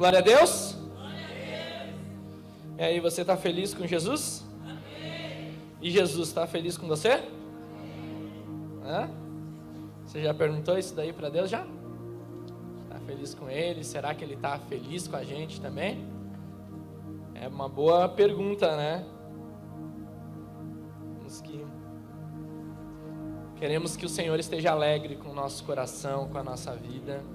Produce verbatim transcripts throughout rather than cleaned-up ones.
Glória a Deus. Glória a Deus. E aí, você está feliz com Jesus? Amém. E Jesus está feliz com você? Hã? Você já perguntou isso daí para Deus já? Está feliz com Ele? Será que Ele está feliz com a gente também? É uma boa pergunta, né? Que queremos que o Senhor esteja alegre com o nosso coração, com a nossa vida.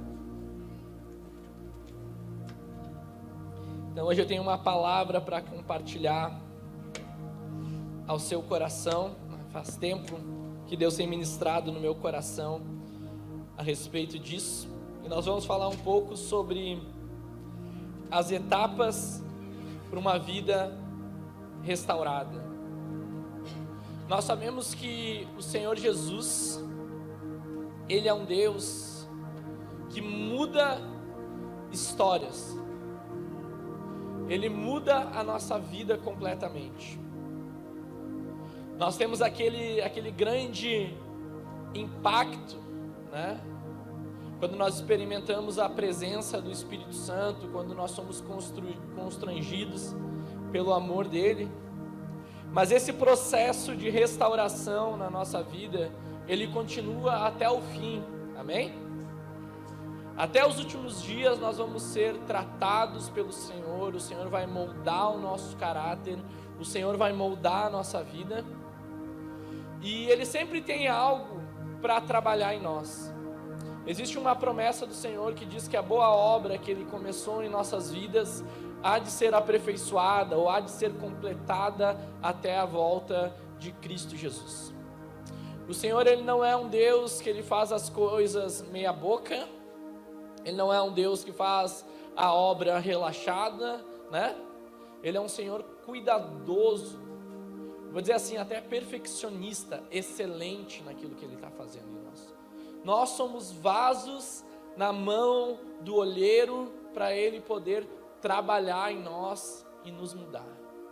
Então hoje eu tenho uma palavra para compartilhar ao seu coração. Faz tempo que Deus tem ministrado no meu coração a respeito disso. E nós vamos falar um pouco sobre as etapas para uma vida restaurada. Nós sabemos que o Senhor Jesus, Ele é um Deus que muda histórias. Ele muda a nossa vida completamente. Nós temos aquele, aquele grande impacto, né? Quando nós experimentamos a presença do Espírito Santo, quando nós somos constrangidos pelo amor dEle. Mas esse processo de restauração na nossa vida, ele continua até o fim, amém? Até os últimos dias nós vamos ser tratados pelo Senhor, o Senhor vai moldar o nosso caráter, o Senhor vai moldar a nossa vida, e Ele sempre tem algo para trabalhar em nós. Existe uma promessa do Senhor que diz que a boa obra que Ele começou em nossas vidas há de ser aperfeiçoada ou há de ser completada até a volta de Cristo Jesus. O Senhor, Ele não é um Deus que Ele faz as coisas meia boca, Ele não é um Deus que faz a obra relaxada, né? Ele é um Senhor cuidadoso, vou dizer assim, até perfeccionista, excelente naquilo que Ele está fazendo em nós. Nós somos vasos na mão do olheiro para Ele poder trabalhar em nós e nos mudar.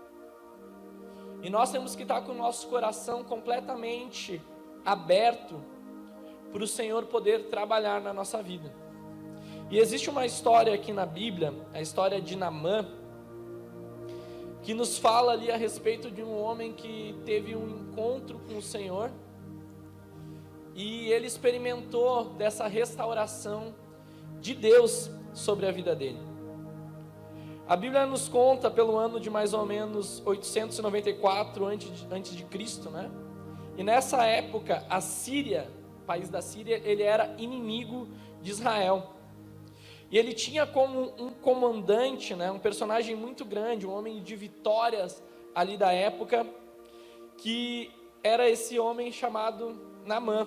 E nós temos que estar com o nosso coração completamente aberto para o Senhor poder trabalhar na nossa vida. E existe uma história aqui na Bíblia, a história de Naamã, que nos fala ali a respeito de um homem que teve um encontro com o Senhor e ele experimentou dessa restauração de Deus sobre a vida dele. A Bíblia nos conta pelo ano de mais ou menos oitocentos e noventa e quatro antes de Cristo, né? E nessa época, a Síria, o país da Síria, ele era inimigo de Israel. E ele tinha como um comandante, né, um personagem muito grande, um homem de vitórias ali da época, que era esse homem chamado Naamã.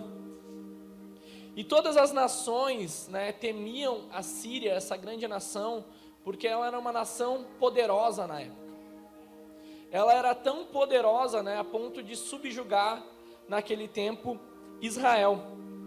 E todas as nações, né, temiam a Síria, essa grande nação, porque ela era uma nação poderosa na época. Ela era tão poderosa, né, a ponto de subjugar, naquele tempo, Israel.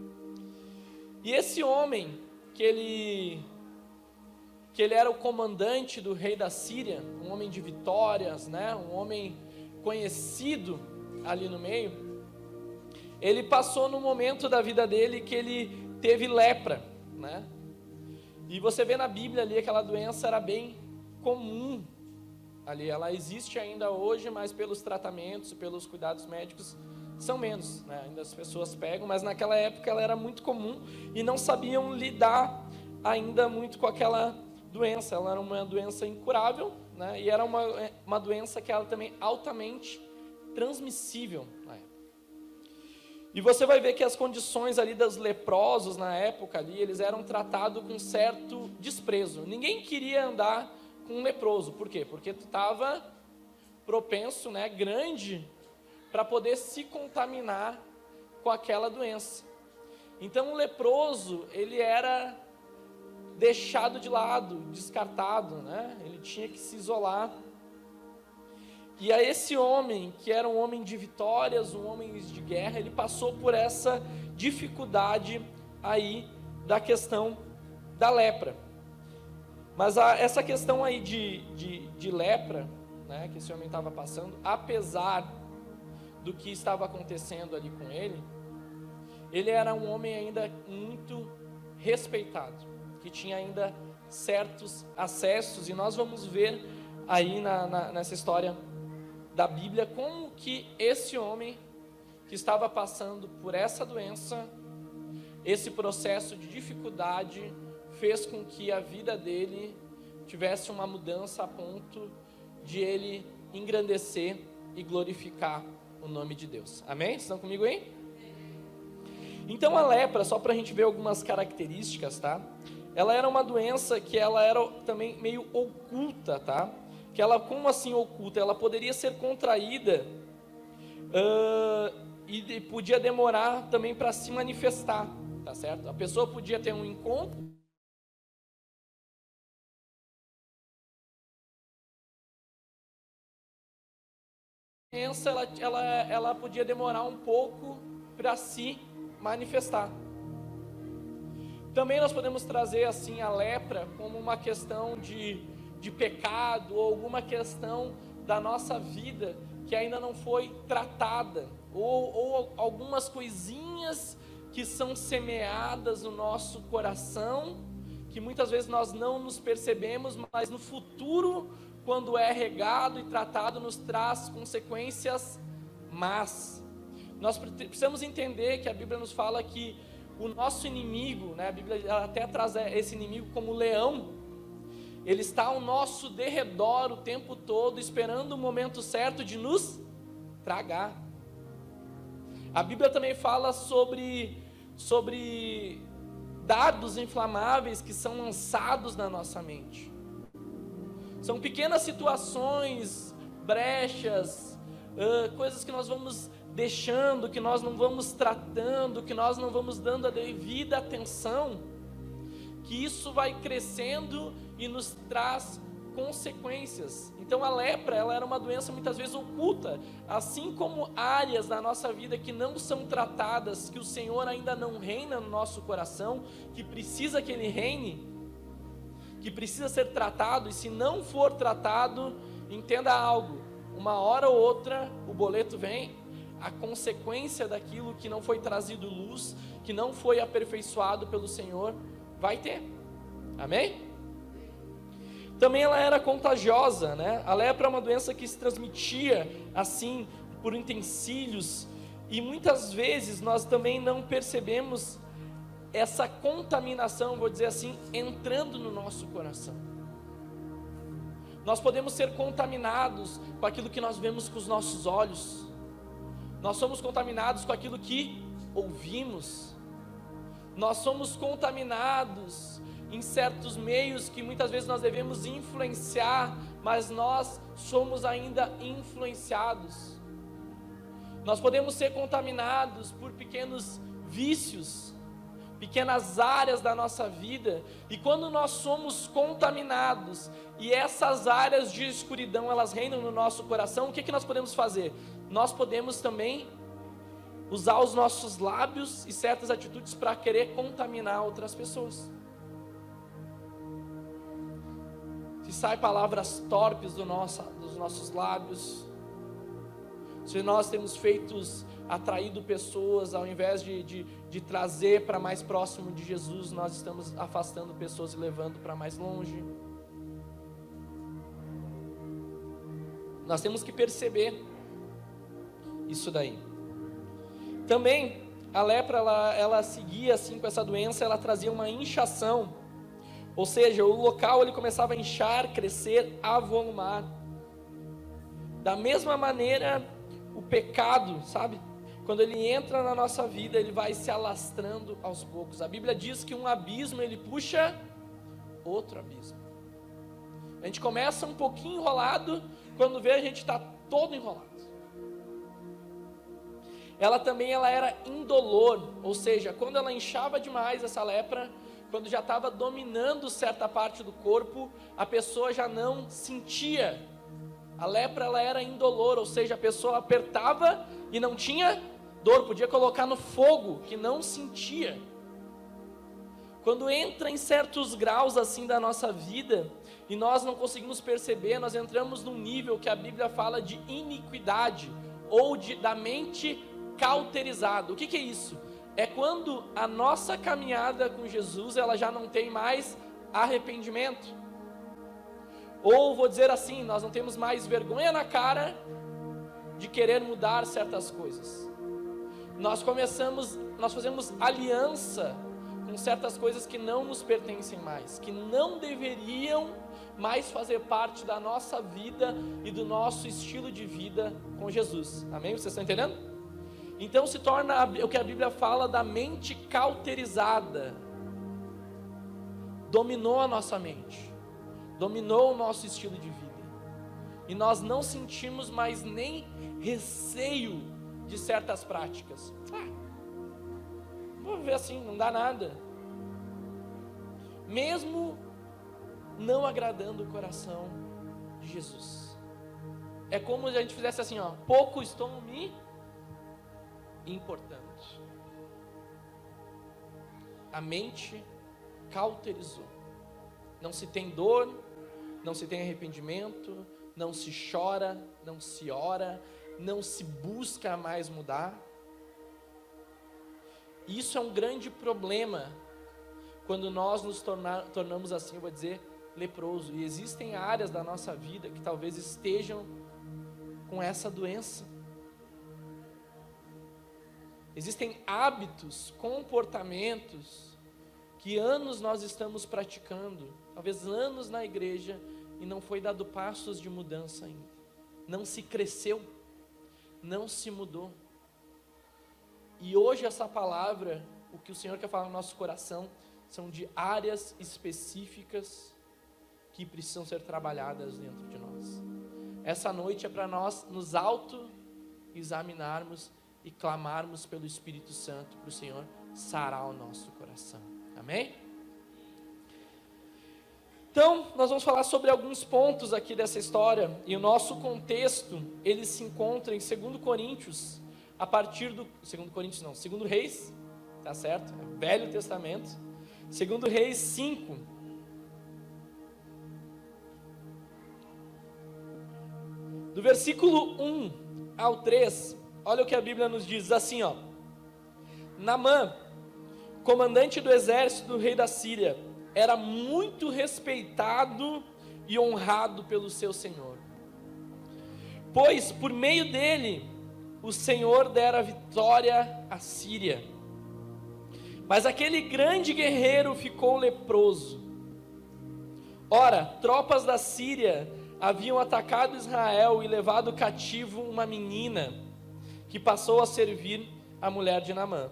E esse homem, que ele, que ele era o comandante do rei da Síria, um homem de vitórias, né, um homem conhecido ali no meio, ele passou no momento da vida dele que ele teve lepra, né? E você vê na Bíblia ali, aquela doença era bem comum ali, ela existe ainda hoje, mas pelos tratamentos, pelos cuidados médicos, são menos, né? Ainda as pessoas pegam, mas naquela época ela era muito comum e não sabiam lidar ainda muito com aquela doença. Ela era uma doença incurável, né? E era uma, uma doença que era também altamente transmissível na época. E você vai ver que as condições ali dos leprosos na época ali, eles eram tratados com certo desprezo. Ninguém queria andar com um leproso. Por quê? Porque tu estava propenso, né, grande, para poder se contaminar com aquela doença. Então o leproso, ele era deixado de lado, descartado, né? Ele tinha que se isolar. E a esse homem, que era um homem de vitórias, um homem de guerra, ele passou por essa dificuldade aí da questão da lepra. Mas a, essa questão aí de, de, de lepra, né, que esse homem estava passando, apesar do que estava acontecendo ali com ele, ele era um homem ainda muito respeitado, que tinha ainda certos acessos, e nós vamos ver aí na, na, nessa história da Bíblia como que esse homem que estava passando por essa doença, esse processo de dificuldade, fez com que a vida dele tivesse uma mudança a ponto de ele engrandecer e glorificar o nome de Deus. Amém? Vocês estão comigo aí? Então a lepra, só para a gente ver algumas características, tá? Ela era uma doença que ela era também meio oculta, tá? Que ela, como assim oculta? Ela poderia ser contraída uh, e podia demorar também para se manifestar, tá certo? A pessoa podia ter um encontro, ela, ela, ela podia demorar um pouco para se manifestar. Também nós podemos trazer assim a lepra como uma questão de, de pecado, ou alguma questão da nossa vida que ainda não foi tratada, ou, ou algumas coisinhas que são semeadas no nosso coração, que muitas vezes nós não nos percebemos, mas no futuro, quando é regado e tratado, nos traz consequências más. Nós precisamos entender que a Bíblia nos fala que o nosso inimigo, né, a Bíblia até traz esse inimigo como leão, ele está ao nosso derredor o tempo todo, esperando o momento certo de nos tragar. A Bíblia também fala sobre, sobre dardos inflamáveis que são lançados na nossa mente. São pequenas situações, brechas, uh, coisas que nós vamos deixando, que nós não vamos tratando, que nós não vamos dando a devida atenção, que isso vai crescendo e nos traz consequências. Então a lepra, ela era uma doença muitas vezes oculta, assim como áreas da nossa vida que não são tratadas, que o Senhor ainda não reina no nosso coração, que precisa que Ele reine, que precisa ser tratado, e se não for tratado, entenda algo, uma hora ou outra o boleto vem, a consequência daquilo que não foi trazido luz, que não foi aperfeiçoado pelo Senhor, vai ter. Amém? Também ela era contagiosa, né? A lepra é uma doença que se transmitia assim por utensílios, e muitas vezes nós também não percebemos essa contaminação, vou dizer assim, entrando no nosso coração. Nós podemos ser contaminados com aquilo que nós vemos com os nossos olhos. Nós somos contaminados com aquilo que ouvimos. Nós somos contaminados em certos meios que muitas vezes nós devemos influenciar, mas nós somos ainda influenciados. Nós podemos ser contaminados por pequenos vícios, pequenas áreas da nossa vida, e quando nós somos contaminados, e essas áreas de escuridão, elas reinam no nosso coração, o que, que nós podemos fazer? Nós podemos também usar os nossos lábios e certas atitudes para querer contaminar outras pessoas. Se sai palavras torpes do nosso, dos nossos lábios, se nós temos feitos, atraído pessoas, ao invés de, de, de trazer para mais próximo de Jesus, nós estamos afastando pessoas e levando para mais longe. Nós temos que perceber isso daí. Também a lepra, ela, ela seguia assim com essa doença, ela trazia uma inchação, ou seja, o local ele começava a inchar, crescer, avolumar. Da mesma maneira, o pecado, sabe? Quando ele entra na nossa vida, ele vai se alastrando aos poucos. A Bíblia diz que um abismo, ele puxa outro abismo. A gente começa um pouquinho enrolado, quando vê a gente está todo enrolado. Ela também ela era indolor, ou seja, quando ela inchava demais essa lepra, quando já estava dominando certa parte do corpo, a pessoa já não sentia. A lepra ela era indolor, ou seja, a pessoa apertava e não tinha dor, podia colocar no fogo que não sentia. Quando entra em certos graus assim da nossa vida e nós não conseguimos perceber, nós entramos num nível que a Bíblia fala de iniquidade ou de, da mente cauterizada. O que, que é isso? É quando a nossa caminhada com Jesus ela já não tem mais arrependimento. Ou vou dizer assim, nós não temos mais vergonha na cara de querer mudar certas coisas. Nós começamos, nós fazemos aliança com certas coisas que não nos pertencem mais, que não deveriam mais fazer parte da nossa vida e do nosso estilo de vida com Jesus. Amém? Vocês estão entendendo? Então se torna o que a Bíblia fala da mente cauterizada. Dominou a nossa mente, dominou o nosso estilo de vida, e nós não sentimos mais nem receio de certas práticas. Ah, vou ver assim, não dá nada. Mesmo não agradando o coração de Jesus. É como se a gente fizesse assim, ó, pouco estou me importando. A mente cauterizou. Não se tem dor, não se tem arrependimento, não se chora, não se ora, não se busca mais mudar. Isso é um grande problema quando nós nos tornar, tornamos assim, eu vou dizer, leproso. E existem áreas da nossa vida que talvez estejam com essa doença. Existem hábitos, comportamentos que anos nós estamos praticando, talvez anos na igreja, e não foi dado passos de mudança ainda. Não se cresceu, não se mudou. E hoje essa palavra, o que o Senhor quer falar no nosso coração, são de áreas específicas que precisam ser trabalhadas dentro de nós. Essa noite é para nós nos auto-examinarmos e clamarmos pelo Espírito Santo para o Senhor sarar o nosso coração. Amém? Então, nós vamos falar sobre alguns pontos aqui dessa história, e o nosso contexto, ele se encontra em segundo Coríntios, a partir do, segundo Coríntios não, segundo Reis, tá certo? Velho Testamento, segundo Reis cinco, do versículo um ao três, olha o que a Bíblia nos diz, assim ó: Naamã, comandante do exército do rei da Síria, era muito respeitado e honrado pelo seu senhor, pois por meio dele o Senhor dera vitória à Síria. Mas aquele grande guerreiro ficou leproso. Ora, tropas da Síria haviam atacado Israel e levado cativo uma menina que passou a servir a mulher de Naamã.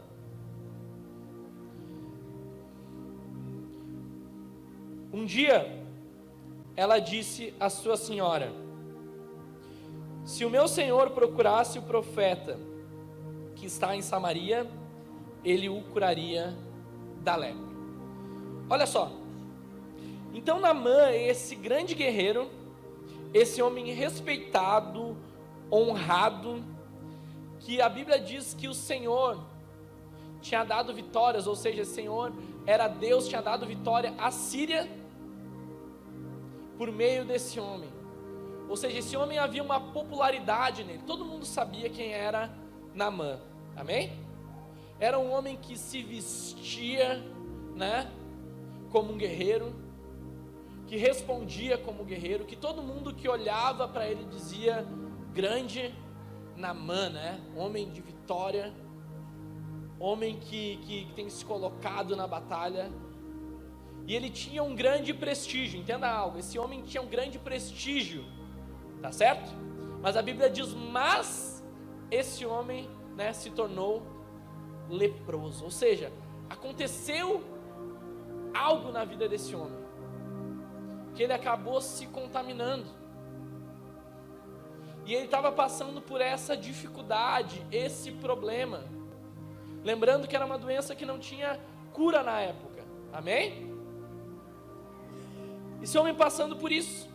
Um dia, ela disse à sua senhora: se o meu senhor procurasse o profeta que está em Samaria, ele o curaria da lepra. Olha só, então Naamã, esse grande guerreiro, esse homem respeitado, honrado, que a Bíblia diz que o Senhor tinha dado vitórias, ou seja, o Senhor era Deus, tinha dado vitória à Síria por meio desse homem. Ou seja, esse homem havia uma popularidade nele, todo mundo sabia quem era Naamã, amém? Era um homem que se vestia, né, como um guerreiro, que respondia como guerreiro, que todo mundo que olhava para ele dizia: grande Naamã, né, homem de vitória, homem que, que, que tem se colocado na batalha. E ele tinha um grande prestígio, entenda algo, esse homem tinha um grande prestígio, tá certo? Mas a Bíblia diz, mas esse homem, né, se tornou leproso, ou seja, aconteceu algo na vida desse homem, que ele acabou se contaminando, e ele estava passando por essa dificuldade, esse problema, lembrando que era uma doença que não tinha cura na época, amém? Esse homem passando por isso,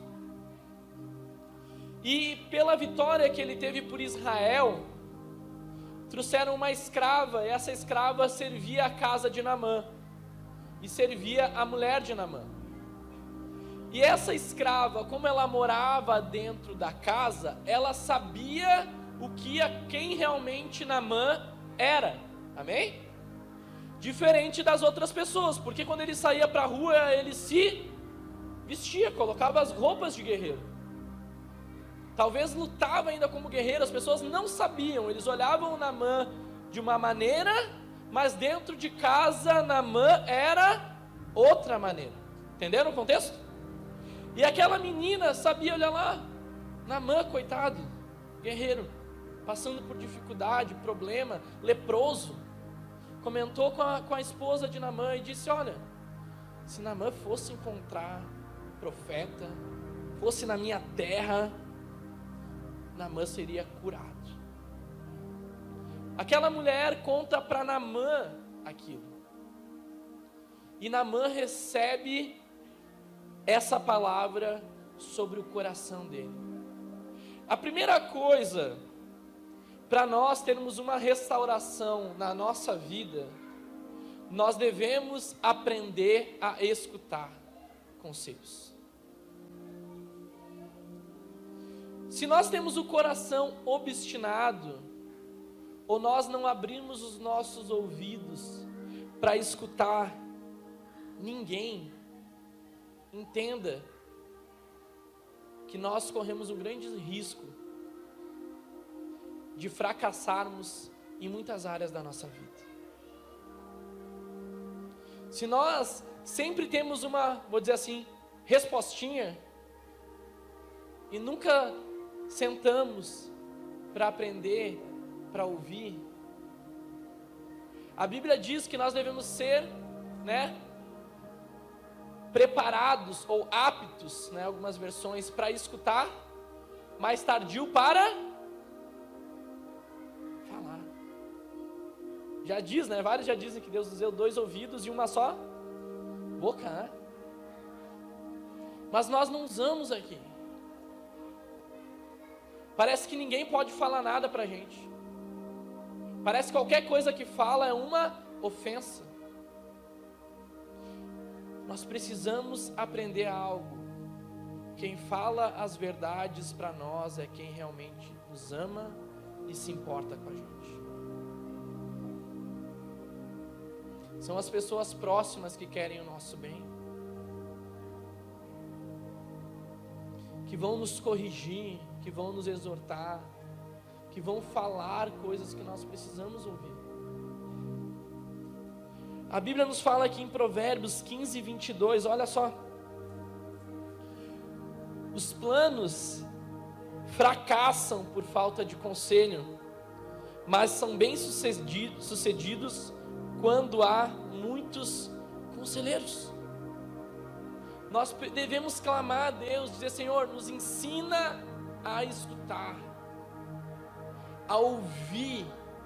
e pela vitória que ele teve por Israel, trouxeram uma escrava, e essa escrava servia a casa de Naamã, e servia a mulher de Naamã. E essa escrava, como ela morava dentro da casa, ela sabia o que, quem realmente Naamã era, amém? diferente das outras pessoas, porque quando ele saía para a rua, ele se vestia, colocava as roupas de guerreiro. Talvez lutava ainda como guerreiro, as pessoas não sabiam, eles olhavam Naamã de uma maneira, mas dentro de casa Naamã era outra maneira. Entenderam o contexto? E aquela menina sabia, olha lá, Naamã, coitado, guerreiro, passando por dificuldade, problema, leproso. Comentou com a, com a esposa de Naamã e disse: olha, se Naamã fosse encontrar profeta, fosse na minha terra, Naamã seria curado. Aquela mulher conta para Naamã aquilo. E Naamã recebe essa palavra sobre o coração dele. A primeira coisa, para nós termos uma restauração na nossa vida, nós devemos aprender a escutar conselhos. Se nós temos o coração obstinado, ou nós não abrimos os nossos ouvidos para escutar ninguém, entenda que nós corremos um grande risco de fracassarmos em muitas áreas da nossa vida. Se nós sempre temos uma, vou dizer assim, respostinha, e nunca sentamos para aprender, para ouvir, a Bíblia diz que nós devemos ser, né, preparados ou aptos, né, algumas versões, para escutar, mais tardio para falar. Já diz, né, vários já dizem que Deus nos deu dois ouvidos e uma só boca, né? Mas nós não usamos aqui. Parece que ninguém pode falar nada para a gente. Parece que qualquer coisa que fala é uma ofensa. Nós precisamos aprender algo. Quem fala as verdades para nós é quem realmente nos ama e se importa com a gente. São as pessoas próximas que querem o nosso bem, que vão nos corrigir, que vão nos exortar, que vão falar coisas que nós precisamos ouvir. A Bíblia nos fala aqui em Provérbios quinze, vinte e dois, olha só. Os planos fracassam por falta de conselho, mas são bem sucedidos quando há muitos conselheiros. Nós devemos clamar a Deus, dizer: Senhor, nos ensina a escutar, a ouvir,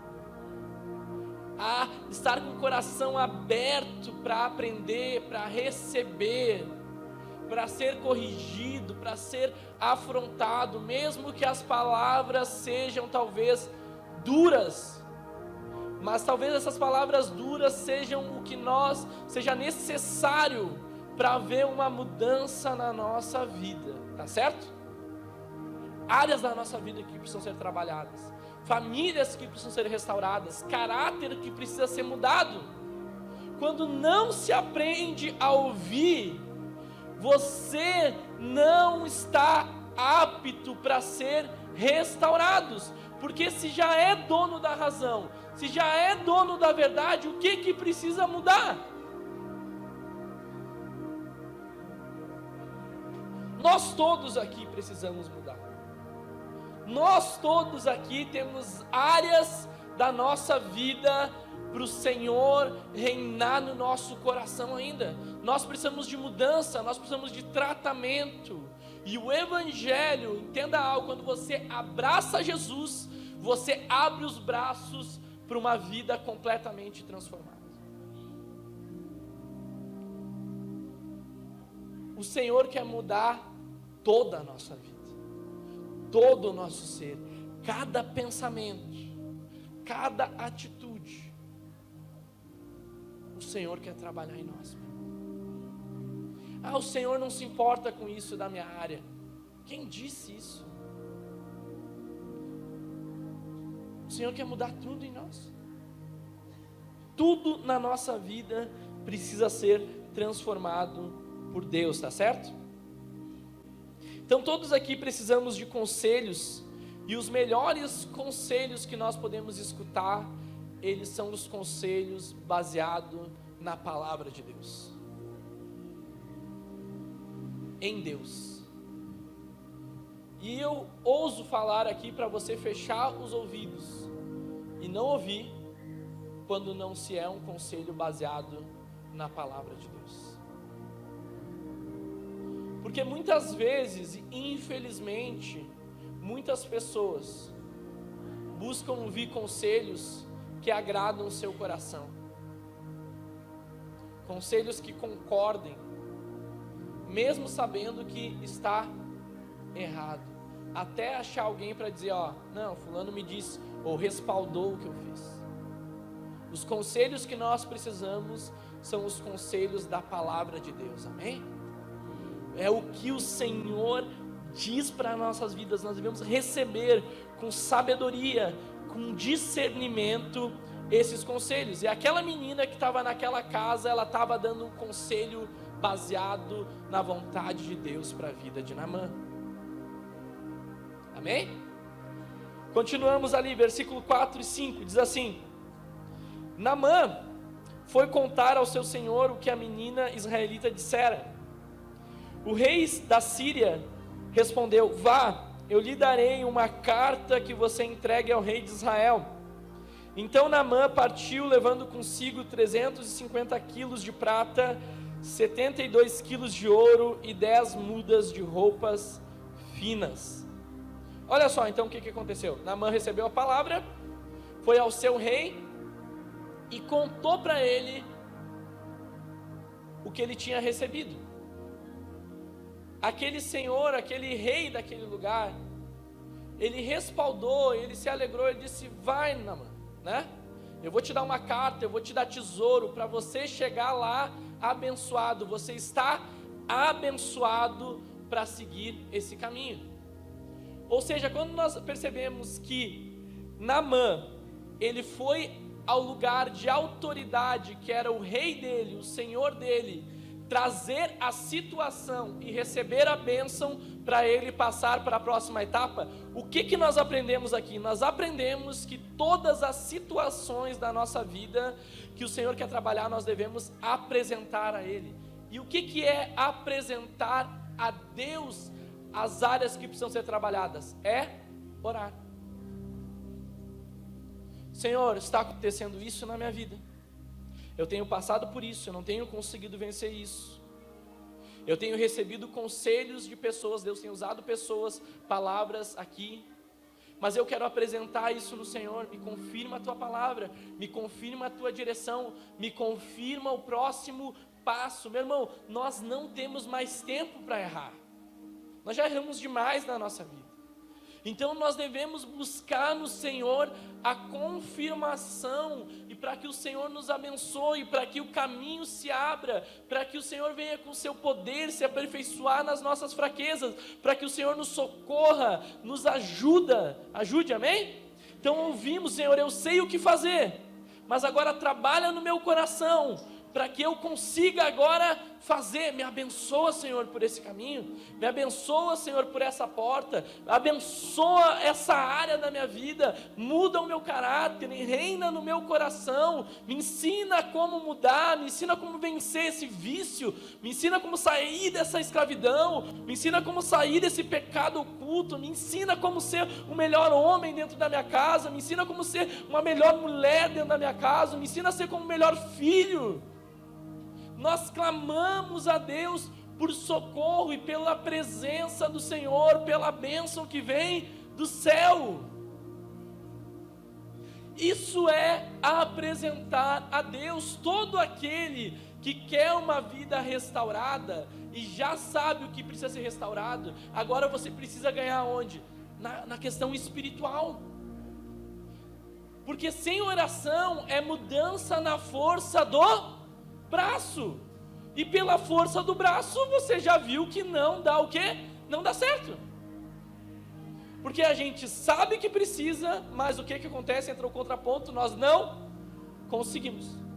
a estar com o coração aberto para aprender, para receber, para ser corrigido, para ser afrontado, mesmo que as palavras sejam talvez duras, mas talvez essas palavras duras sejam o que nós, seja necessário para ver uma mudança na nossa vida, tá certo? Áreas da nossa vida que precisam ser trabalhadas, famílias que precisam ser restauradas, caráter que precisa ser mudado. Quando não se aprende a ouvir, você não está apto para ser restaurados, porque se já é dono da razão, se já é dono da verdade, o que que precisa mudar? Nós todos aqui precisamos mudar. Nós todos aqui temos áreas da nossa vida para o Senhor reinar no nosso coração ainda. Nós precisamos de mudança, nós precisamos de tratamento. E o Evangelho, entenda algo, quando você abraça Jesus, você abre os braços para uma vida completamente transformada. O Senhor quer mudar toda a nossa vida, todo o nosso ser, cada pensamento, cada atitude. O Senhor quer trabalhar em nós. Ah, o Senhor não se importa com isso da minha área. Quem disse isso? O Senhor quer mudar tudo em nós. tudo na nossa vida precisa ser transformado por Deus, tá certo? Então todos aqui precisamos de conselhos, e os melhores conselhos que nós podemos escutar, eles são os conselhos baseados na palavra de Deus, em Deus. E eu ouso falar aqui para você fechar os ouvidos e não ouvir quando não se é um conselho baseado na palavra de Deus. Porque muitas vezes, infelizmente, muitas pessoas buscam ouvir conselhos que agradam o seu coração, conselhos que concordem, mesmo sabendo que está errado, até achar alguém para dizer, ó, não, fulano me disse, ou respaldou o que eu fiz. Os conselhos que nós precisamos são os conselhos da palavra de Deus, amém? É o que o Senhor diz para nossas vidas, nós devemos receber com sabedoria, com discernimento, esses conselhos. E aquela menina que estava naquela casa, ela estava dando um conselho baseado na vontade de Deus para a vida de Naamã, amém? Continuamos ali, versículo quatro e cinco, diz assim: Naamã foi contar ao seu senhor o que a menina israelita dissera. O rei da Síria respondeu: vá, eu lhe darei uma carta que você entregue ao rei de Israel. Então Naamã partiu, levando consigo trezentos e cinquenta quilos de prata, setenta e dois quilos de ouro e dez mudas de roupas finas. Olha só então o que, que aconteceu. Naamã recebeu a palavra, foi ao seu rei e contou para ele o que ele tinha recebido. Aquele senhor, aquele rei daquele lugar, ele respaldou, ele se alegrou, ele disse: vai, Naamã, né? Eu vou te dar uma carta, eu vou te dar tesouro para você chegar lá abençoado. Você está abençoado para seguir esse caminho. Ou seja, quando nós percebemos que Naamã, ele foi ao lugar de autoridade, que era o rei dele, o senhor dele, trazer a situação e receber a bênção para ele passar para a próxima etapa, o que que nós aprendemos aqui? Nós aprendemos que todas as situações da nossa vida que o Senhor quer trabalhar, nós devemos apresentar a Ele. E o que que é apresentar a Deus as áreas que precisam ser trabalhadas? É orar. Senhor, está acontecendo isso na minha vida. Eu tenho passado por isso, eu não tenho conseguido vencer isso. Eu tenho recebido conselhos de pessoas, Deus tem usado pessoas, palavras aqui, mas eu quero apresentar isso no Senhor. Me confirma a tua palavra, me confirma a tua direção, me confirma o próximo passo. Meu irmão, nós não temos mais tempo para errar, nós já erramos demais na nossa vida. Então nós devemos buscar no Senhor a confirmação, e para que o Senhor nos abençoe, para que o caminho se abra, para que o Senhor venha com o seu poder se aperfeiçoar nas nossas fraquezas, para que o Senhor nos socorra, nos ajuda, ajude, amém? Então ouvimos: Senhor, eu sei o que fazer, mas agora trabalha no meu coração, para que eu consiga agora fazer. Me abençoa, Senhor, por esse caminho, me abençoa, Senhor, por essa porta, abençoa essa área da minha vida, muda o meu caráter, reina no meu coração, me ensina como mudar, me ensina como vencer esse vício, me ensina como sair dessa escravidão, me ensina como sair desse pecado oculto, me ensina como ser um melhor homem dentro da minha casa, me ensina como ser uma melhor mulher dentro da minha casa, me ensina a ser como um melhor filho. Nós clamamos a Deus por socorro e pela presença do Senhor, pela bênção que vem do céu. Isso é apresentar a Deus. Todo aquele que quer uma vida restaurada e já sabe o que precisa ser restaurado, agora você precisa ganhar onde? Na, na questão espiritual. Porque sem oração é mudança na força do braço, e pela força do braço você já viu que não dá o quê? Não dá certo, porque a gente sabe que precisa, mas o que que acontece? Entra o contraponto, nós não conseguimos.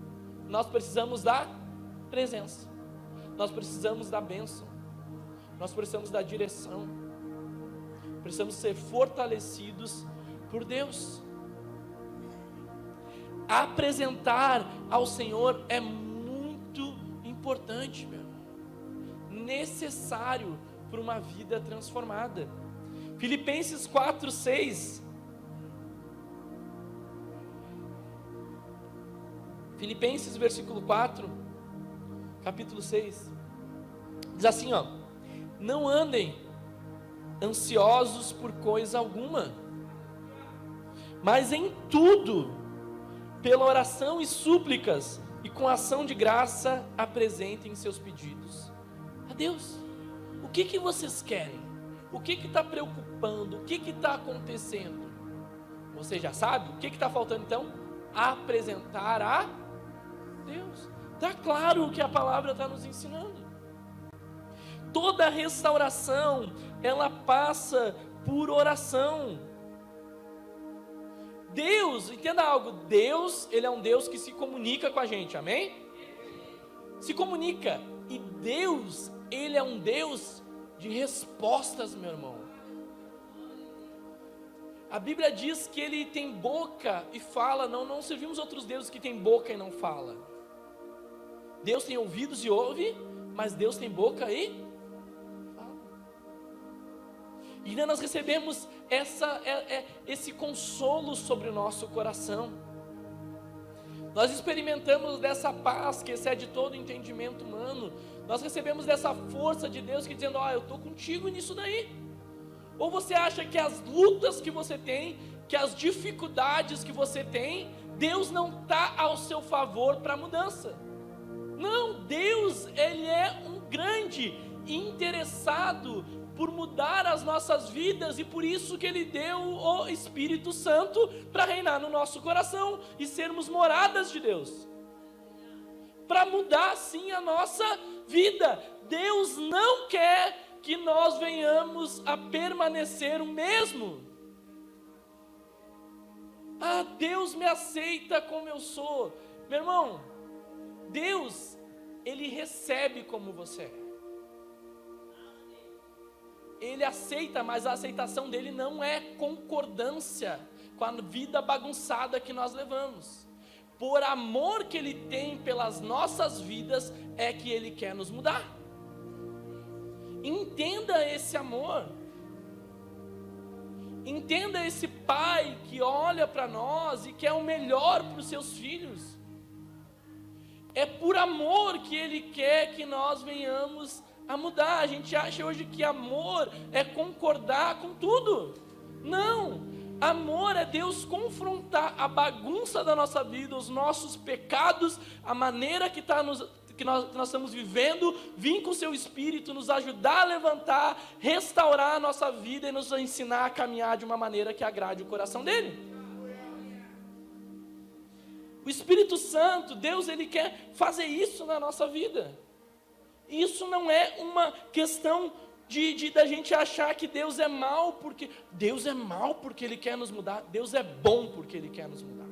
nós precisamos da presença, nós precisamos da bênção, nós precisamos da direção, precisamos ser fortalecidos por Deus. Apresentar ao Senhor é muito importante, meu irmão, necessário para uma vida transformada. Filipenses quatro, seis. Filipenses versículo quatro, capítulo seis, diz assim, ó: não andem ansiosos por coisa alguma, mas em tudo, pela oração e súplicas, e com ação de graça, apresentem seus pedidos a Deus. O que que vocês querem? O que que está preocupando? O que que está acontecendo? Você já sabe? O que que está faltando então? Apresentar a Deus. Está claro o que a palavra está nos ensinando. Toda restauração, ela passa por oração. Deus, entenda algo, Deus, Ele é um Deus que se comunica com a gente, amém? Se comunica, e Deus, Ele é um Deus de respostas, meu irmão. A Bíblia diz que Ele tem boca e fala, não, não servimos outros deuses que têm boca e não fala. Deus tem ouvidos e ouve, mas Deus tem boca e fala. E ainda nós recebemos essa, é, é, esse consolo sobre o nosso coração. Nós experimentamos dessa paz que excede todo entendimento humano. Nós recebemos dessa força de Deus que dizendo, ó, oh, eu estou contigo nisso daí. Ou você acha que as lutas que você tem, que as dificuldades que você tem, Deus não está ao seu favor para a mudança? Não, Deus, Ele é um grande interessado por mudar as nossas vidas, e por isso que Ele deu o Espírito Santo para reinar no nosso coração e sermos moradas de Deus, para mudar sim a nossa vida. Deus não quer que nós venhamos a permanecer o mesmo. Ah, Deus me aceita como eu sou. Meu irmão, Deus, Ele recebe como você é. Ele aceita, mas a aceitação dele não é concordância com a vida bagunçada que nós levamos. Por amor que Ele tem pelas nossas vidas, é que Ele quer nos mudar. Entenda esse amor. Entenda esse pai que olha para nós e quer o melhor para os seus filhos. É por amor que Ele quer que nós venhamos a mudar. A gente acha hoje que amor é concordar com tudo. Não, amor é Deus confrontar a bagunça da nossa vida, os nossos pecados, a maneira que, tá nos, que, nós, que nós estamos vivendo, vir com o seu Espírito, nos ajudar a levantar, restaurar a nossa vida e nos ensinar a caminhar de uma maneira que agrade o coração dEle. O Espírito Santo, Deus, Ele quer fazer isso na nossa vida. Isso não é uma questão de, de da gente achar que Deus é mal porque Deus é mal porque Ele quer nos mudar. Deus é bom porque Ele quer nos mudar.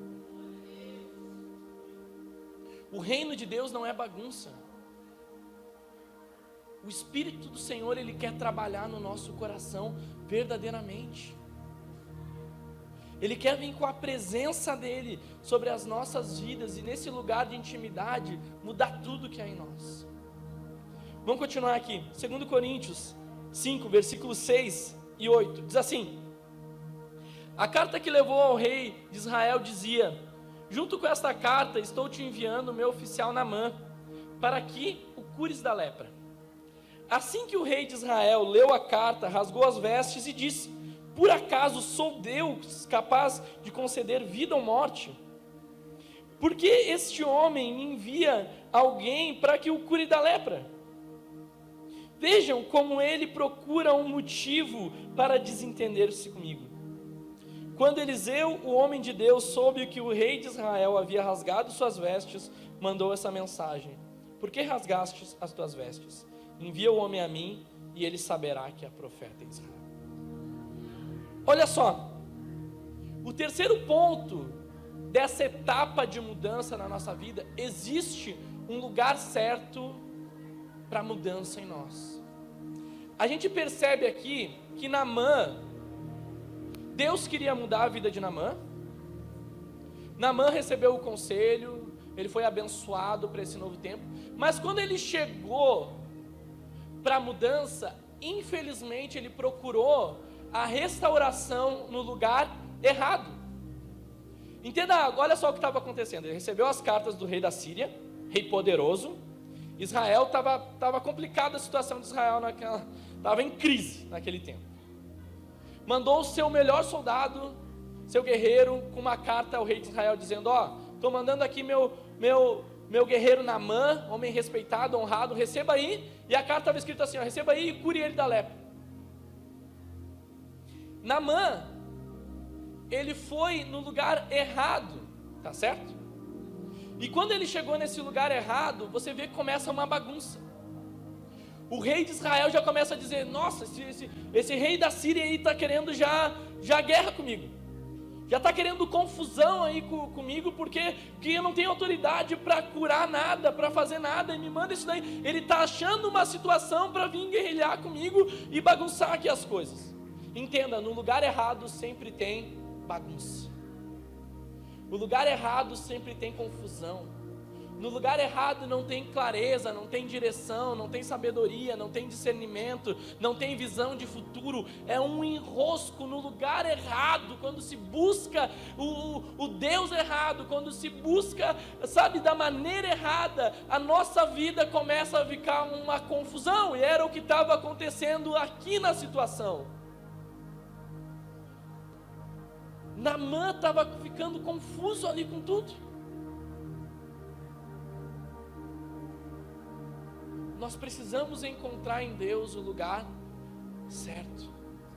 O reino de Deus não é bagunça. O Espírito do Senhor, Ele quer trabalhar no nosso coração verdadeiramente. Ele quer vir com a presença dEle sobre as nossas vidas e nesse lugar de intimidade mudar tudo que há em nós. Vamos continuar aqui, dois Coríntios cinco, versículos seis e oito, diz assim: a carta que levou ao rei de Israel dizia: junto com esta carta estou te enviando o meu oficial Naamã, para que o cures da lepra. Assim que o rei de Israel leu a carta, rasgou as vestes e disse: por acaso sou Deus capaz de conceder vida ou morte? Porque este homem me envia alguém para que o cure da lepra? Vejam como ele procura um motivo para desentender-se comigo. Quando Eliseu, o homem de Deus, soube que o rei de Israel havia rasgado suas vestes, mandou essa mensagem: por que rasgastes as tuas vestes? Envia o homem a mim, e ele saberá que é profeta em Israel. Olha só, o terceiro ponto dessa etapa de mudança na nossa vida, existe um lugar certo para mudança em nós. A gente percebe aqui que Naamã, Deus queria mudar a vida de Naamã. Naamã recebeu o conselho, ele foi abençoado para esse novo tempo, mas quando ele chegou para a mudança, infelizmente ele procurou a restauração no lugar errado. Entenda, olha só o que estava acontecendo. Ele recebeu as cartas do rei da Síria, rei poderoso. Israel estava estava complicada, a situação de Israel naquela, estava em crise naquele tempo. Mandou o seu melhor soldado, seu guerreiro, com uma carta ao rei de Israel dizendo: ó, estou mandando aqui meu, meu, meu guerreiro Naamã, homem respeitado, honrado, receba aí. E a carta estava escrita assim: ó, receba aí e cure ele da lepra. Naamã, ele foi no lugar errado, tá certo? E quando ele chegou nesse lugar errado, você vê que começa uma bagunça. O rei de Israel já começa a dizer: nossa, esse, esse, esse rei da Síria aí está querendo já, já guerra comigo, já está querendo confusão aí com, comigo, porque, porque eu não tenho autoridade para curar nada, para fazer nada, e me manda isso daí. Ele está achando uma situação para vir guerrilhar comigo e bagunçar aqui as coisas. Entenda, no lugar errado sempre tem bagunça. O lugar errado sempre tem confusão. No lugar errado não tem clareza, não tem direção, não tem sabedoria, não tem discernimento, não tem visão de futuro. É um enrosco no lugar errado, quando se busca o, o Deus errado, quando se busca, sabe, da maneira errada, a nossa vida começa a ficar uma confusão. E era o que estava acontecendo aqui na situação. Naamã estava ficando confuso ali com tudo. Nós precisamos encontrar em Deus o lugar certo.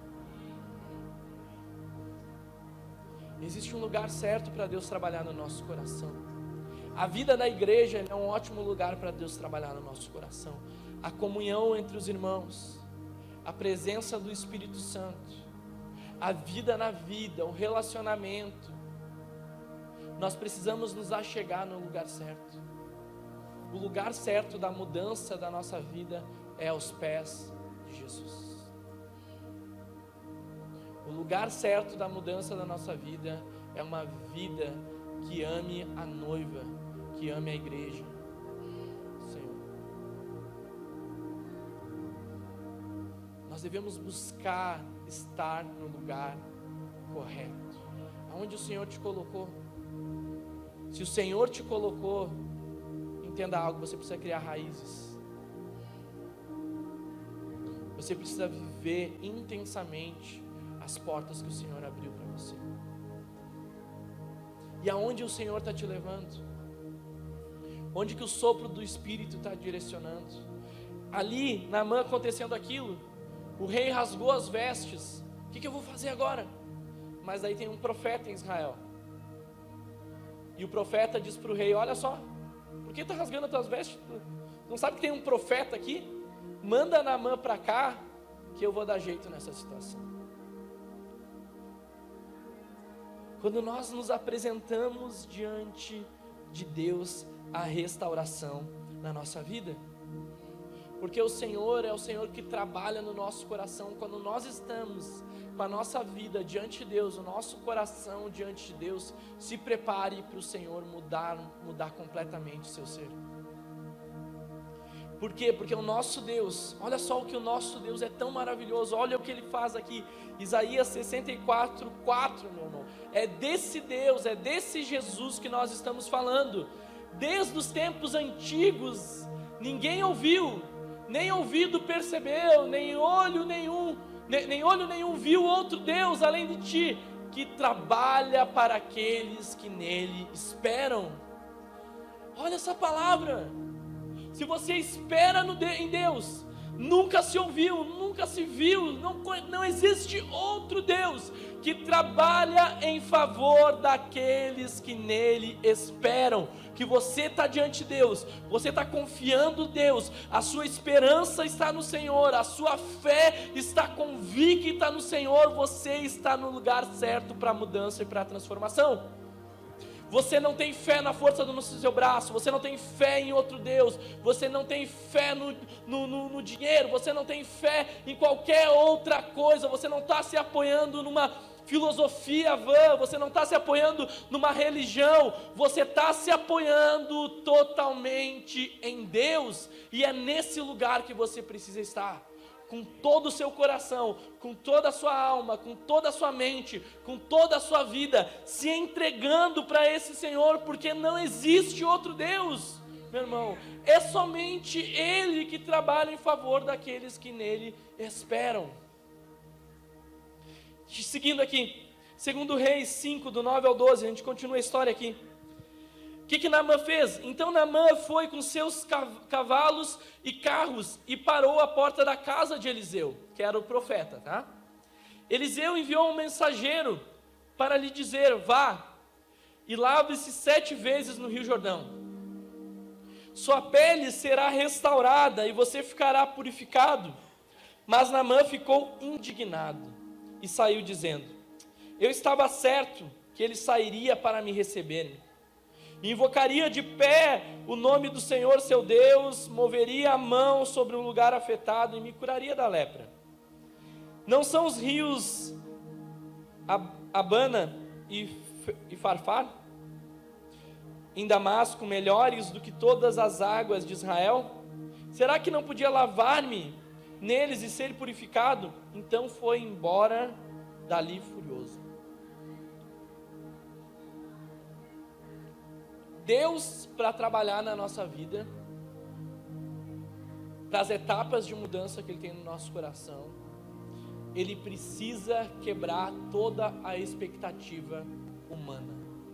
Existe um lugar certo para Deus trabalhar no nosso coração. A vida da igreja é um ótimo lugar para Deus trabalhar no nosso coração. A comunhão entre os irmãos, a presença do Espírito Santo, a vida na vida, o relacionamento. Nós precisamos nos achegar no lugar certo. O lugar certo da mudança da nossa vida é aos pés de Jesus. O lugar certo da mudança da nossa vida é uma vida que ame a noiva, que ame a igreja, Senhor. Nós devemos buscar estar no lugar correto, aonde o Senhor te colocou. Se o Senhor te colocou, entenda algo, você precisa criar raízes. Você precisa viver intensamente as portas que o Senhor abriu para você. E aonde o Senhor está te levando? Onde que o sopro do Espírito está direcionando? Ali, Naamã acontecendo aquilo, o rei rasgou as vestes. O que, que eu vou fazer agora? Mas aí tem um profeta em Israel. E o profeta diz para o rei: olha só, por que está rasgando as tuas vestes? Não sabe que tem um profeta aqui? Manda Naamã para cá, que eu vou dar jeito nessa situação. Quando nós nos apresentamos diante de Deus, a restauração na nossa vida, porque o Senhor é o Senhor que trabalha no nosso coração. Quando nós estamos com a nossa vida diante de Deus, o nosso coração diante de Deus, se prepare para o Senhor mudar, mudar completamente o seu ser. Por quê? Porque o nosso Deus, olha só o que o nosso Deus é tão maravilhoso, olha o que Ele faz aqui, Isaías sessenta e quatro, quatro, meu irmão, é desse Deus, é desse Jesus que nós estamos falando. Desde os tempos antigos, ninguém ouviu, nem ouvido percebeu, nem olho nenhum, nem, nem olho nenhum viu outro Deus além de ti, que trabalha para aqueles que nele esperam. Olha essa palavra. Se você espera no, em Deus, nunca se ouviu, nunca se viu, não, não existe outro Deus que trabalha em favor daqueles que nele esperam. Que você está diante de Deus, você está confiando em Deus, a sua esperança está no Senhor, a sua fé está convicta no Senhor, você está no lugar certo para a mudança e para a transformação. Você não tem fé na força do seu braço, você não tem fé em outro Deus, você não tem fé no, no, no, no dinheiro, você não tem fé em qualquer outra coisa, você não está se apoiando numa filosofia vã, você não está se apoiando numa religião, você está se apoiando totalmente em Deus, e é nesse lugar que você precisa estar. Com todo o seu coração, com toda a sua alma, com toda a sua mente, com toda a sua vida, se entregando para esse Senhor, porque não existe outro Deus, meu irmão, é somente Ele que trabalha em favor daqueles que nele esperam. Seguindo aqui, segundo Reis cinco, do nove ao doze, a gente continua a história aqui. O que que Naamã fez? Então Naamã foi com seus cavalos e carros e parou à porta da casa de Eliseu, que era o profeta, tá? Eliseu enviou um mensageiro para lhe dizer: vá e lave-se sete vezes no Rio Jordão. Sua pele será restaurada e você ficará purificado. Mas Naamã ficou indignado e saiu dizendo: eu estava certo que ele sairia para me receber. Invocaria de pé o nome do Senhor seu Deus, moveria a mão sobre o lugar afetado e me curaria da lepra. Não são os rios Abana e Farfar em Damasco melhores do que todas as águas de Israel? Será que não podia lavar-me neles e ser purificado? Então foi embora dali furioso. Deus, para trabalhar na nossa vida, para as etapas de mudança que Ele tem no nosso coração, Ele precisa quebrar toda a expectativa humana.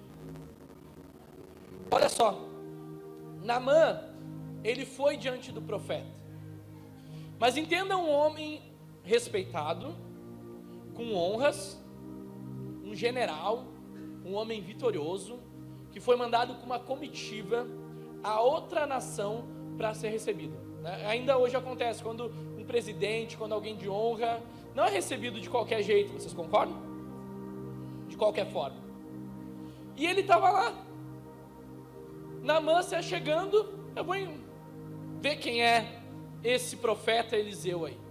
Olha só, Naamã, ele foi diante do profeta, mas entenda, um homem respeitado, com honras, um general, um homem vitorioso, que foi mandado com uma comitiva a outra nação para ser recebido, né? Ainda hoje acontece, quando um presidente, quando alguém de honra, não é recebido de qualquer jeito, vocês concordam? De qualquer forma. E ele estava lá, Naamã se chegando, eu vou ver quem é esse profeta Eliseu aí.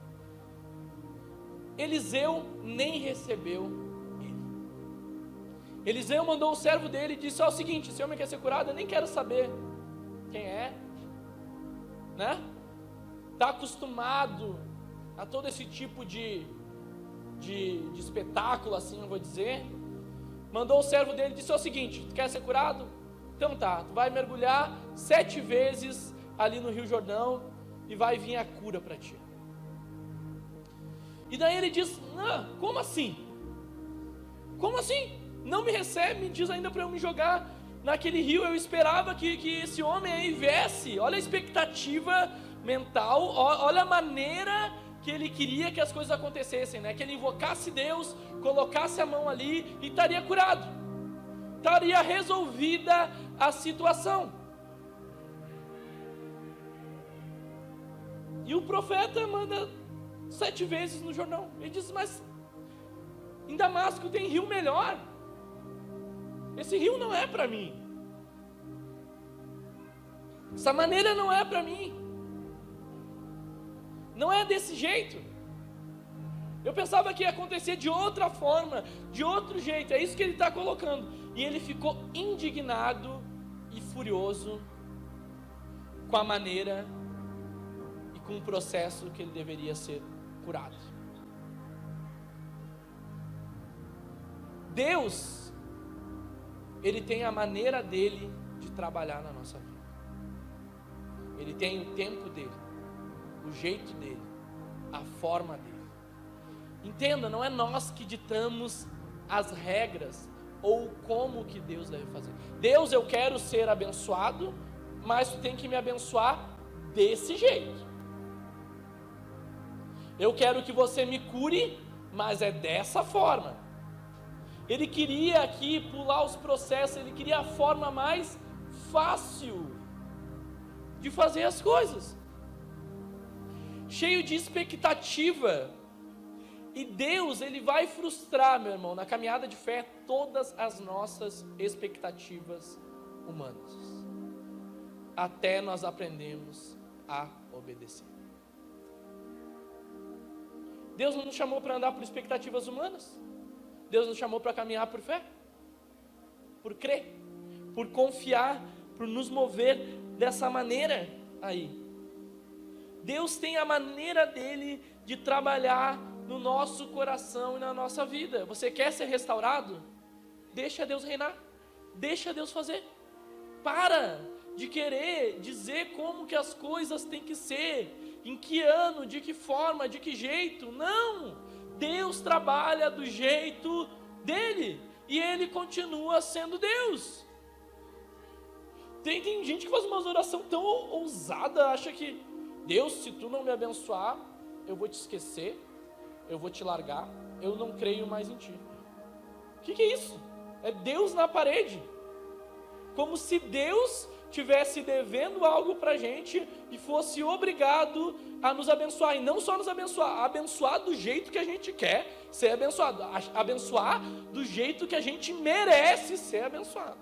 Eliseu nem recebeu. Eliseu mandou o servo dele e disse: ó, o seguinte, esse homem quer ser curado, eu nem quero saber quem é, né? Está acostumado a todo esse tipo de, de, de espetáculo, assim eu vou dizer. Mandou o servo dele e disse: ó, o seguinte, tu quer ser curado? Então tá, tu vai mergulhar sete vezes ali no Rio Jordão e vai vir a cura para ti. E daí ele diz: não, como assim? Como assim? Não me recebe, me diz ainda para eu me jogar naquele rio. Eu esperava que, que esse homem aí viesse. Olha a expectativa mental, olha a maneira que ele queria que as coisas acontecessem, né? Que ele invocasse Deus, colocasse a mão ali e estaria curado, estaria resolvida a situação. E o profeta manda sete vezes no Jordão. Ele diz: mas em Damasco tem rio melhor. Esse rio não é para mim. Essa maneira não é para mim. Não é desse jeito. Eu pensava que ia acontecer de outra forma, de outro jeito. É isso que ele está colocando. E ele ficou indignado e furioso com a maneira e com o processo que ele deveria ser curado. Deus, Ele tem a maneira dele de trabalhar na nossa vida. Ele tem o tempo dele, o jeito dele, a forma dele. Entenda, não é nós que ditamos as regras ou como que Deus deve fazer. Deus, eu quero ser abençoado, mas tu tem que me abençoar desse jeito. Eu quero que você me cure, mas é dessa forma. Ele queria aqui pular os processos, ele queria a forma mais fácil de fazer as coisas. Cheio de expectativa. E Deus, Ele vai frustrar, meu irmão, na caminhada de fé, todas as nossas expectativas humanas, até nós aprendemos a obedecer. Deus não nos chamou para andar por expectativas humanas. Deus nos chamou para caminhar por fé, por crer, por confiar, por nos mover dessa maneira aí. Deus tem a maneira dele de trabalhar no nosso coração e na nossa vida. Você quer ser restaurado? Deixa Deus reinar, deixa Deus fazer. Para de querer dizer como que as coisas têm que ser, em que ano, de que forma, de que jeito. Não, Deus trabalha do jeito dele, e ele continua sendo Deus. Tem, tem gente que faz uma oração tão ousada, acha que Deus, se tu não me abençoar, eu vou te esquecer, eu vou te largar, eu não creio mais em ti. O que, que é isso? É Deus na parede, como se Deus tivesse devendo algo para a gente e fosse obrigado a nos abençoar, e não só nos abençoar, abençoar do jeito que a gente quer ser abençoado, abençoar do jeito que a gente merece ser abençoado.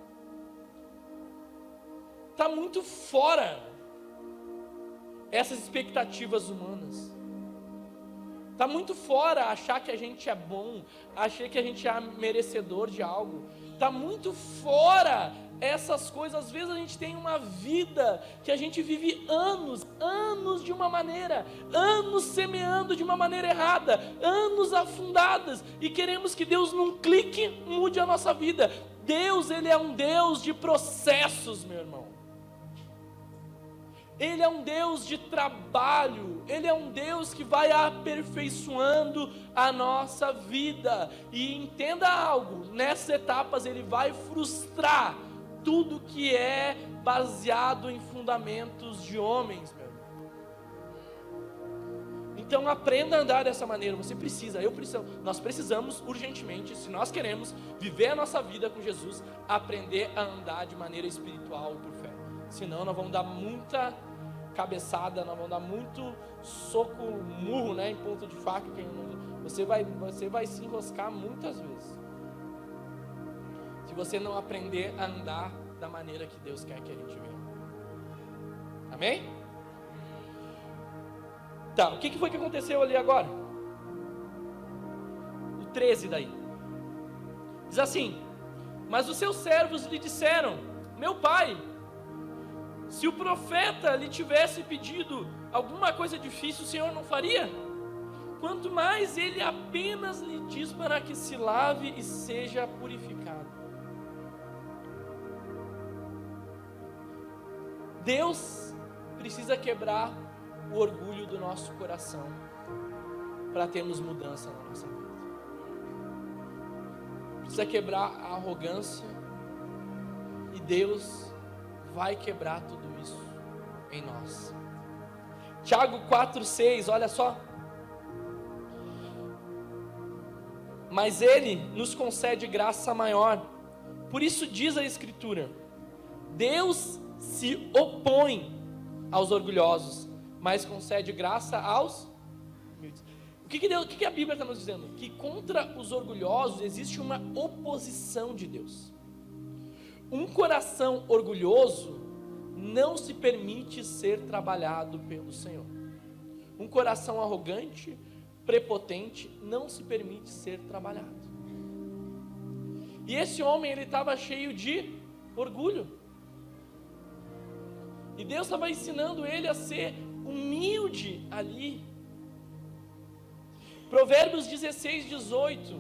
Está muito fora essas expectativas humanas. Está muito fora achar que a gente é bom, achar que a gente é merecedor de algo. Está muito fora essas coisas. Às vezes a gente tem uma vida que a gente vive anos, anos de uma maneira, anos semeando de uma maneira errada, anos afundadas, e queremos que Deus num clique mude a nossa vida. Deus, Ele é um Deus de processos, meu irmão. Ele é um Deus de trabalho, Ele é um Deus que vai aperfeiçoando a nossa vida. E entenda algo, nessas etapas Ele vai frustrar tudo que é baseado em fundamentos de homens, meu irmão. Então aprenda a andar dessa maneira. Você precisa, eu preciso, nós precisamos urgentemente, se nós queremos viver a nossa vida com Jesus, aprender a andar de maneira espiritual e por fé. Senão nós vamos dar muita cabeçada, nós vamos dar muito soco, murro, né, em ponto de faca. Você vai, você vai se enroscar muitas vezes, se você não aprender a andar da maneira que Deus quer que a gente venha. Amém? Tá, o que foi que aconteceu ali agora? O treze daí. Diz assim: mas os seus servos lhe disseram: meu pai, se o profeta lhe tivesse pedido alguma coisa difícil, o Senhor não faria? Quanto mais ele apenas lhe diz para que se lave e seja purificado. Deus precisa quebrar o orgulho do nosso coração para termos mudança na nossa vida. Precisa quebrar a arrogância, e Deus vai quebrar tudo isso em nós. Tiago quatro, seis, olha só. Mas Ele nos concede graça maior. Por isso diz a Escritura: Deus se opõe aos orgulhosos, mas concede graça aos humildes. O que, que, Deus, o que, que a Bíblia está nos dizendo? Que contra os orgulhosos existe uma oposição de Deus. Um coração orgulhoso não se permite ser trabalhado pelo Senhor. Um coração arrogante, prepotente, não se permite ser trabalhado. E esse homem, ele estava cheio de orgulho. E Deus estava ensinando ele a ser humilde ali. Provérbios dezesseis, dezoito.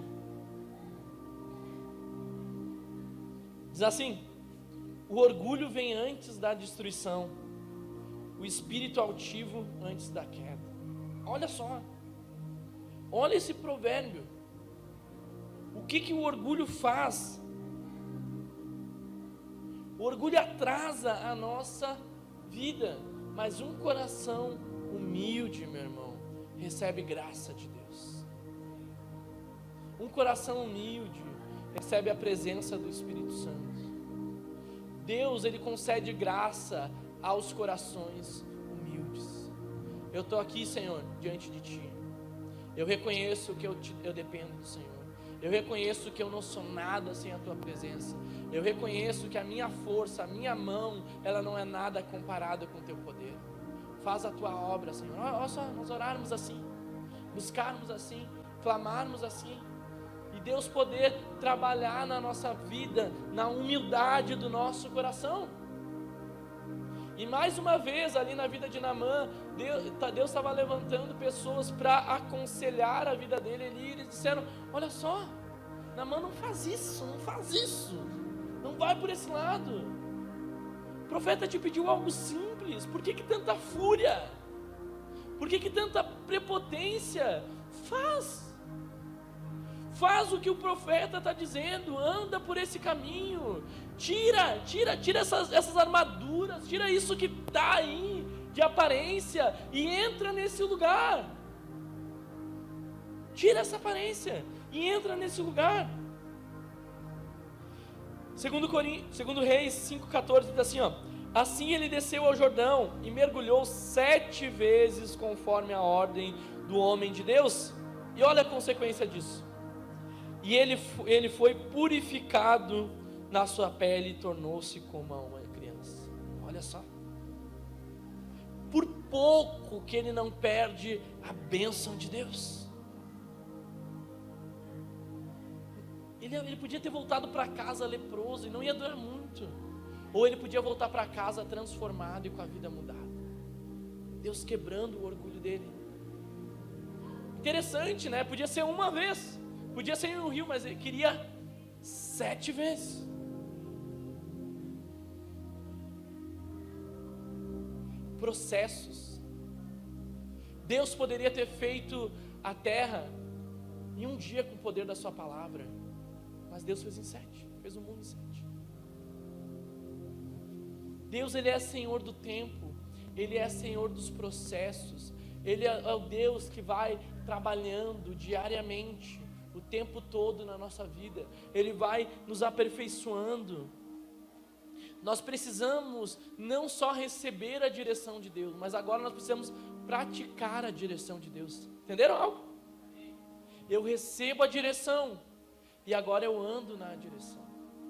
Diz assim: o orgulho vem antes da destruição, o espírito altivo antes da queda. Olha só, olha esse provérbio. O que que o orgulho faz? O orgulho atrasa a nossa vida, mas um coração humilde, meu irmão, recebe graça de Deus. Um coração humilde recebe a presença do Espírito Santo. Deus, Ele concede graça aos corações humildes. Eu estou aqui, Senhor, diante de Ti. Eu reconheço que eu, te, eu dependo do Senhor. Eu reconheço que eu não sou nada sem a tua presença. Eu reconheço que a minha força, a minha mão, ela não é nada comparada com o teu poder. Faz a tua obra, Senhor. Olha só, nós orarmos assim, buscarmos assim, clamarmos assim, e Deus poder trabalhar na nossa vida, na humildade do nosso coração. E mais uma vez, ali na vida de Naamã, Deus estava levantando pessoas para aconselhar a vida dele. E eles disseram: olha só, Naamã, não faz isso, não faz isso, não vai por esse lado. O profeta te pediu algo simples, por que que tanta fúria? Por que que tanta prepotência? Faz, faz o que o profeta está dizendo, anda por esse caminho, tira, tira, tira essas, essas armaduras, tira isso que está aí de aparência e entra nesse lugar. Tira essa aparência e entra nesse lugar. Segundo, Corin... Segundo Reis cinco, quatorze diz assim, ó: assim ele desceu ao Jordão e mergulhou sete vezes conforme a ordem do homem de Deus. E olha a consequência disso. E ele, ele foi purificado na sua pele e tornou-se como uma criança. Olha só. Por pouco que ele não perde a bênção de Deus. Ele, ele podia ter voltado para casa leproso e não ia durar muito. Ou ele podia voltar para casa transformado e com a vida mudada. Deus quebrando o orgulho dele. Interessante, né? Podia ser uma vez, podia ser no rio, mas ele queria sete vezes. Processos. Deus poderia ter feito a terra em um dia com o poder da sua palavra, mas Deus fez em sete, fez o mundo em sete. Deus, Ele é Senhor do tempo, Ele é Senhor dos processos, Ele é o Deus que vai trabalhando diariamente, o tempo todo na nossa vida, Ele vai nos aperfeiçoando. Nós precisamos não só receber a direção de Deus, mas agora nós precisamos praticar a direção de Deus. Entenderam algo? Eu recebo a direção e agora eu ando na direção.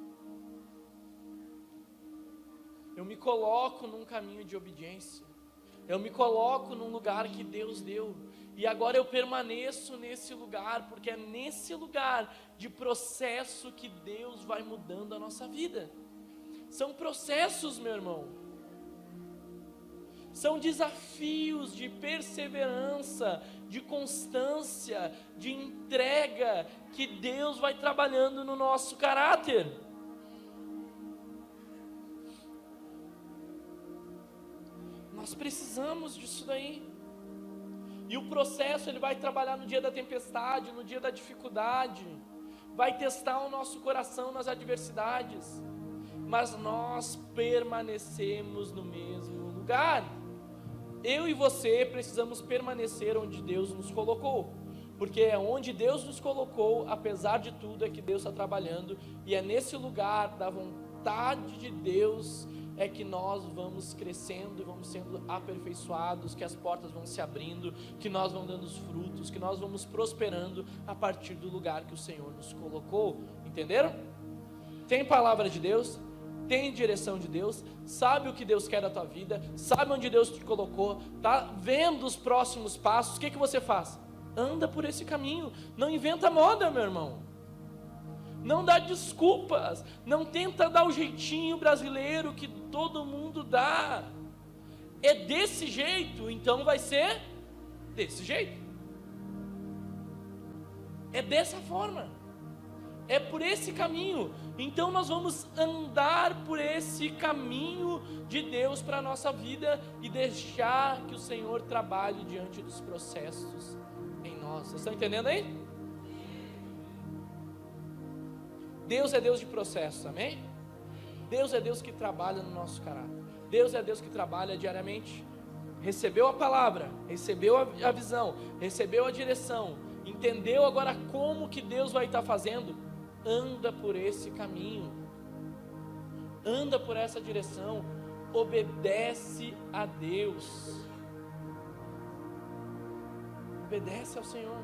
Eu me coloco num caminho de obediência. Eu me coloco num lugar que Deus deu. E agora eu permaneço nesse lugar, porque é nesse lugar de processo que Deus vai mudando a nossa vida. São processos, meu irmão. São desafios de perseverança, de constância, de entrega, que Deus vai trabalhando no nosso caráter. Nós precisamos disso daí. E o processo, ele vai trabalhar no dia da tempestade, no dia da dificuldade, vai testar o nosso coração nas adversidades, mas nós permanecemos no mesmo lugar. Eu e você precisamos permanecer onde Deus nos colocou, porque é onde Deus nos colocou, apesar de tudo, é que Deus está trabalhando, e é nesse lugar da vontade de Deus é que nós vamos crescendo, vamos sendo aperfeiçoados, que as portas vão se abrindo, que nós vamos dando os frutos, que nós vamos prosperando a partir do lugar que o Senhor nos colocou. Entenderam? Tem palavra de Deus, tem direção de Deus, sabe o que Deus quer da tua vida, sabe onde Deus te colocou, tá vendo os próximos passos. O que que você faz? Anda por esse caminho, não inventa moda, meu irmão. Não dá desculpas, não tenta dar o jeitinho brasileiro que todo mundo dá. É desse jeito, então vai ser desse jeito. É dessa forma. É por esse caminho. Então nós vamos andar por esse caminho de Deus para a nossa vida e deixar que o Senhor trabalhe diante dos processos em nós. Vocês estão entendendo aí? Deus é Deus de processos, amém? Deus é Deus que trabalha no nosso caráter. Deus é Deus que trabalha diariamente. Recebeu a palavra, recebeu a visão, recebeu a direção, entendeu agora como que Deus vai estar fazendo? Anda por esse caminho, anda por essa direção, obedece a Deus. Obedece ao Senhor.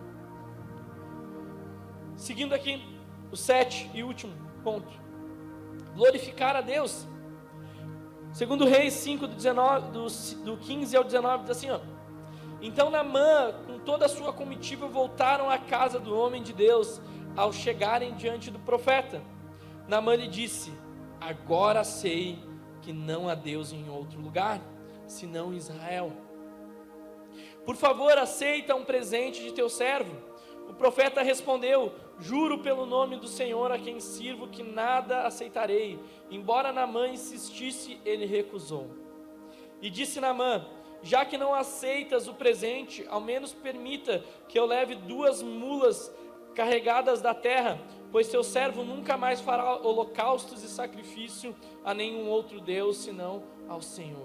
Seguindo aqui, o sete e último ponto. Glorificar a Deus. Segundo Reis cinco, do, dezenove, do, do quinze ao dezenove, diz assim, ó. Então Naamã, com toda a sua comitiva, voltaram à casa do homem de Deus. Ao chegarem diante do profeta, Naamã lhe disse: agora sei que não há Deus em outro lugar, senão Israel. Por favor, aceita um presente de teu servo. O profeta respondeu: juro pelo nome do Senhor a quem sirvo que nada aceitarei. Embora Naamã insistisse, ele recusou. E disse Naamã: já que não aceitas o presente, ao menos permita que eu leve duas mulas carregadas da terra, pois teu servo nunca mais fará holocaustos e sacrifício a nenhum outro Deus, senão ao Senhor.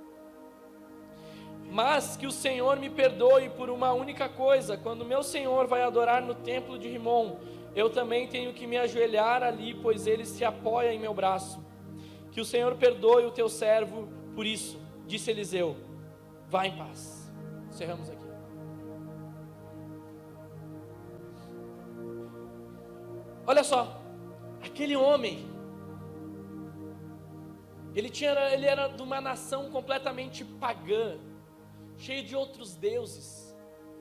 Mas que o Senhor me perdoe por uma única coisa: quando meu Senhor vai adorar no templo de Rimom, eu também tenho que me ajoelhar ali, pois ele se apoia em meu braço. Que o Senhor perdoe o teu servo por isso. Disse Eliseu: vá em paz. Encerramos aqui. Olha só, aquele homem, ele, tinha, ele era de uma nação completamente pagã, cheio de outros deuses.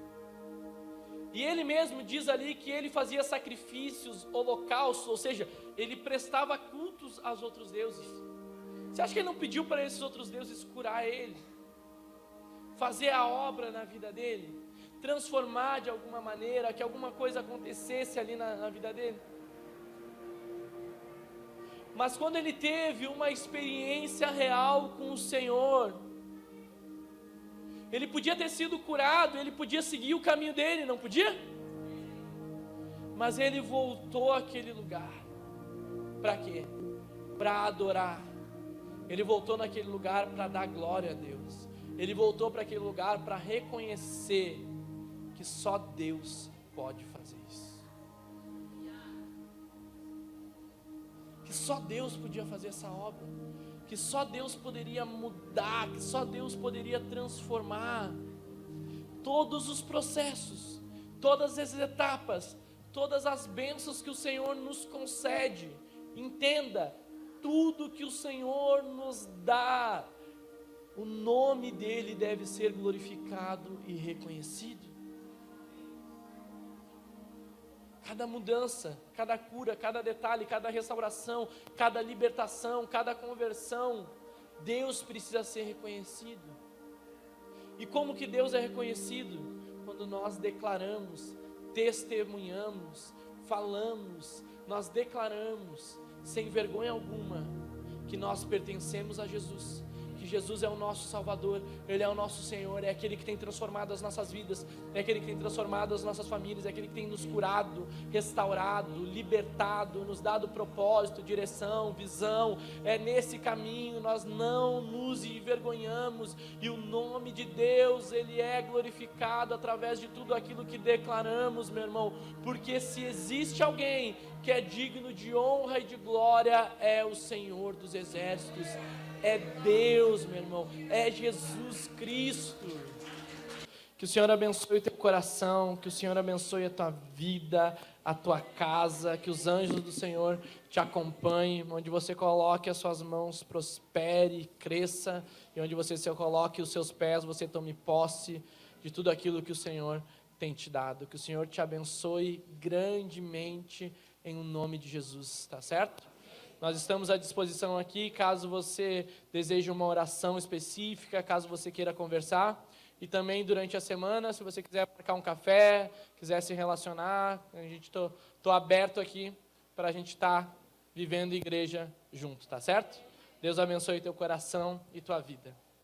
E ele mesmo diz ali que ele fazia sacrifícios, holocaustos, ou seja, ele prestava cultos aos outros deuses. Você acha que ele não pediu para esses outros deuses curar ele? Fazer a obra na vida dele? Transformar de alguma maneira, que alguma coisa acontecesse ali na, na vida dele? Mas quando ele teve uma experiência real com o Senhor, ele podia ter sido curado, ele podia seguir o caminho dele, não podia? Mas ele voltou àquele lugar. Para quê? Para adorar. Ele voltou naquele lugar para dar glória a Deus. Ele voltou para aquele lugar para reconhecer que só Deus pode fazer isso. Que só Deus podia fazer essa obra. Que só Deus poderia mudar, que só Deus poderia transformar todos os processos, todas as etapas, todas as bênçãos que o Senhor nos concede. Entenda, tudo que o Senhor nos dá, o nome dele deve ser glorificado e reconhecido. Cada mudança, cada cura, cada detalhe, cada restauração, cada libertação, cada conversão, Deus precisa ser reconhecido. E como que Deus é reconhecido? Quando nós declaramos, testemunhamos, falamos, nós declaramos, sem vergonha alguma, que nós pertencemos a Jesus, que Jesus é o nosso Salvador, Ele é o nosso Senhor, é aquele que tem transformado as nossas vidas, é aquele que tem transformado as nossas famílias, é aquele que tem nos curado, restaurado, libertado, nos dado propósito, direção, visão. É nesse caminho, nós não nos envergonhamos, e o nome de Deus, Ele é glorificado através de tudo aquilo que declaramos, meu irmão, porque se existe alguém que é digno de honra e de glória, é o Senhor dos Exércitos. É Deus, meu irmão, é Jesus Cristo. Que o Senhor abençoe o teu coração, que o Senhor abençoe a tua vida, a tua casa, que os anjos do Senhor te acompanhem, onde você coloque as suas mãos, prospere, cresça, e onde você se coloque os seus pés, você tome posse de tudo aquilo que o Senhor tem te dado. Que o Senhor te abençoe grandemente em nome de Jesus, tá certo? Nós estamos à disposição aqui, caso você deseje uma oração específica, caso você queira conversar. E também durante a semana, se você quiser marcar um café, quiser se relacionar, a gente tô, tô aberto aqui para a gente estar tá vivendo igreja junto, tá certo? Deus abençoe teu coração e tua vida.